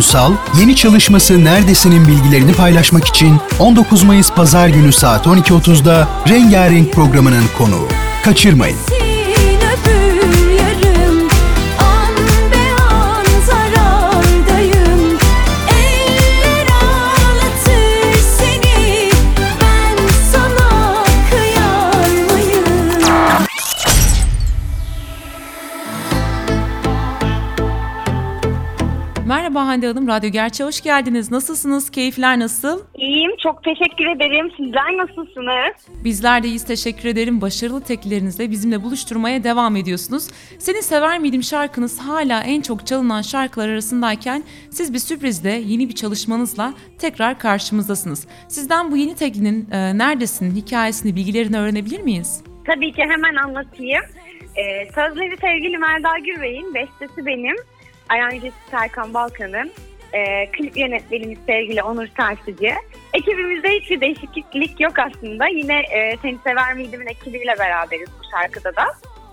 Uysal, yeni çalışması Neredesin'in bilgilerini paylaşmak için 19 Mayıs Pazar günü saat 12.30'da Rengarenk programının konuğu. Kaçırmayın. Merhaba Hande Hanım, Radyo Gerçeğe hoş geldiniz. Nasılsınız? Keyifler nasıl? İyiyim, çok teşekkür ederim. Sizler nasılsınız? Bizler de iyiyiz, teşekkür ederim. Başarılı teklilerinizle bizimle buluşturmaya devam ediyorsunuz. Seni Sever Miydim şarkınız hala en çok çalınan şarkılar arasındayken siz bir sürprizle yeni bir çalışmanızla tekrar karşımızdasınız. Sizden bu yeni teklinin Neredesin hikayesini, bilgilerini öğrenebilir miyiz? Tabii ki hemen anlatayım. Sözleri sevgili Melda Gürvey'in, bestesi benim. Aranjesi Serkan Balkan'ın, klip yönetmenimiz sevgili Onur Sarsıcı. Ekibimizde hiçbir değişiklik yok aslında. Yine Seni Sever Miydim'in ekibiyle beraberiz bu şarkıda da.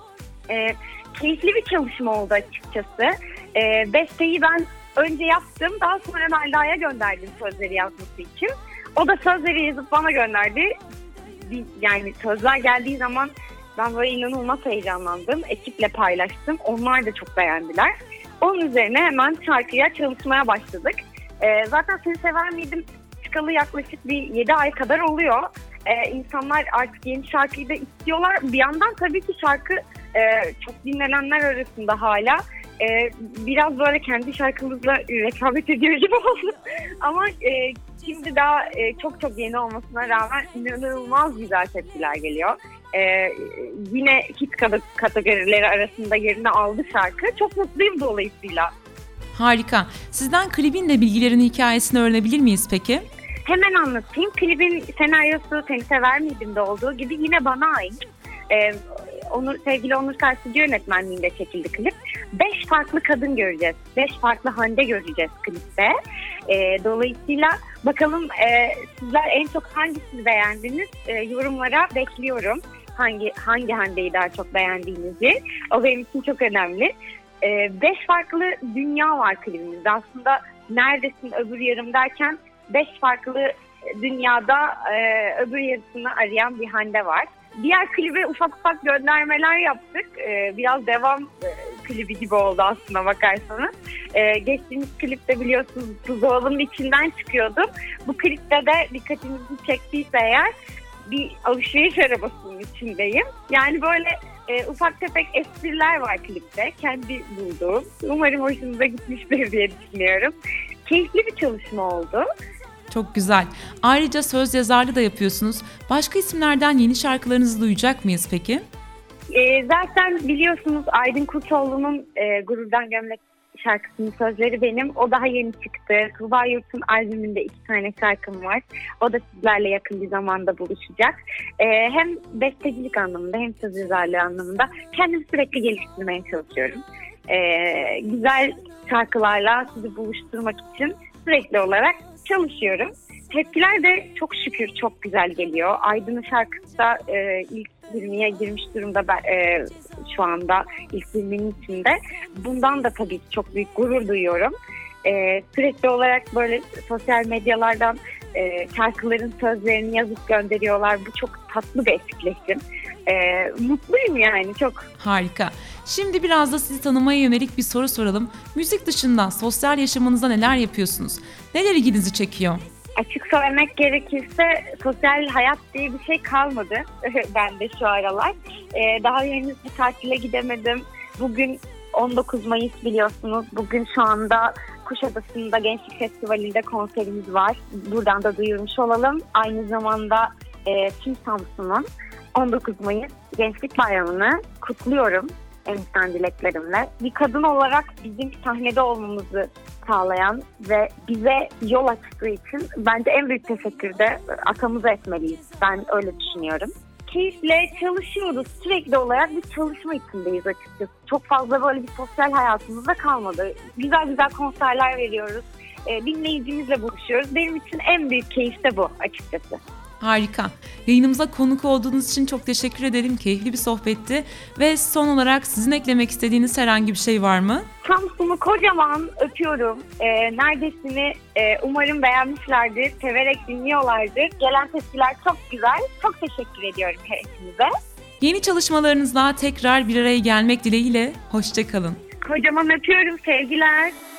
Keyifli bir çalışma oldu açıkçası. Besteyi ben önce yaptım, daha sonra Melda'ya gönderdim sözleri yazması için. O da sözleri yazıp bana gönderdi. Yani sözler geldiği zaman ben böyle inanılmaz heyecanlandım. Ekiple paylaştım. Onlar da çok beğendiler. Onun üzerine hemen şarkıya çalışmaya başladık. Zaten Seni Sever Miydim çıkalı yaklaşık bir 7 ay kadar oluyor. İnsanlar artık yeni şarkıyı da istiyorlar. Bir yandan tabii ki şarkı çok dinlenenler arasında hala. Biraz böyle kendi şarkımızla rekabet ediyor gibi oldu. Ama şimdi daha çok yeni olmasına rağmen inanılmaz güzel tepkiler geliyor. Yine hit kategorileri arasında yerini aldı şarkı. Çok mutluyum dolayısıyla. Harika. Sizden klibin de bilgilerini, hikayesini öğrenebilir miyiz peki? Hemen anlatayım. Klibin senaryosu Seni Sever Miydim'de olduğu gibi yine bana ait. Sevgili Onur Sarsıcı yönetmenliğinde çekildi klip. 5 farklı kadın göreceğiz. 5 farklı Hande göreceğiz klipte. Dolayısıyla bakalım sizler en çok hangisini beğendiniz? Yorumlara bekliyorum. Hangi Hande'yi daha çok beğendiğinizi. O benim için çok önemli. 5 farklı dünya var klibimizde. Aslında neredesin öbür yarım derken 5 farklı dünyada öbür yarısını arayan bir Hande var. Diğer klibe ufak göndermeler yaptık. Biraz devam klibi gibi oldu aslına bakarsanız. Geçtiğimiz klipte biliyorsunuz buzdolabının içinden çıkıyordum. Bu klipte de dikkatinizi çektiyse eğer bir alışveriş arabasının içindeyim. Yani böyle ufak tefek espriler var klipte. Kendi bulduğum. Umarım hoşunuza gitmiştir diye düşünüyorum. Keyifli bir çalışma oldu. Çok güzel. Ayrıca söz yazarlığı da yapıyorsunuz. Başka isimlerden yeni şarkılarınızı duyacak mıyız peki? Zaten biliyorsunuz Aydın Kurtoğlu'nun Gururdan Gömlek şarkısının sözleri benim. O daha yeni çıktı. Tuğba Yurt'un albümünde 2 tane şarkım var. O da sizlerle yakın bir zamanda buluşacak. Hem bestecilik anlamında hem söz yazarlığı anlamında kendimi sürekli geliştirmeye çalışıyorum. Güzel şarkılarla sizi buluşturmak için sürekli olarak çalışıyorum. Tepkiler de çok şükür çok güzel geliyor. Aydın'ın şarkısı da ilk 20'ye girmiş durumda şu anda ilk 20'nin içinde. Bundan da tabii ki çok büyük gurur duyuyorum. Sürekli olarak böyle sosyal medyalardan şarkıların sözlerini yazıp gönderiyorlar. Bu çok tatlı bir etkileşim. Mutluyum yani çok. Harika. Şimdi biraz da sizi tanımaya yönelik bir soru soralım. Müzik dışında sosyal yaşamınızda neler yapıyorsunuz? Neler ilginizi çekiyor? Açık söylemek gerekirse sosyal hayat diye bir şey kalmadı bende şu aralar. Daha henüz bir tatile gidemedim. Bugün 19 Mayıs biliyorsunuz. Bugün şu anda Kuşadası'nda Gençlik Festivali'nde konserimiz var. Buradan da duyurmuş olalım. Aynı zamanda tüm Samsun'un 19 Mayıs Gençlik Bayramı'nı kutluyorum en içten dileklerimle. Bir kadın olarak bizim sahnede olmamızı sağlayan ve bize yol açtığı için bence en büyük teşekkür de atamıza etmeliyiz. Ben öyle düşünüyorum. Keyifle çalışıyoruz. Sürekli olarak bir çalışma içindeyiz açıkçası. Çok fazla böyle bir sosyal hayatımızda kalmadı. Güzel konserler veriyoruz. Dinleyicimizle buluşuyoruz. Benim için en büyük keyif de bu açıkçası. Harika. Yayınımıza konuk olduğunuz için çok teşekkür ederim. Keyifli bir sohbetti. Ve son olarak sizin eklemek istediğiniz herhangi bir şey var mı? Samsun'u kocaman öpüyorum. Neredesini umarım beğenmişlerdir, severek dinliyorlardır. Gelen tepkiler çok güzel. Çok teşekkür ediyorum hepinize. Yeni çalışmalarınızla tekrar bir araya gelmek dileğiyle. Hoşça kalın. Kocaman öpüyorum, sevgiler.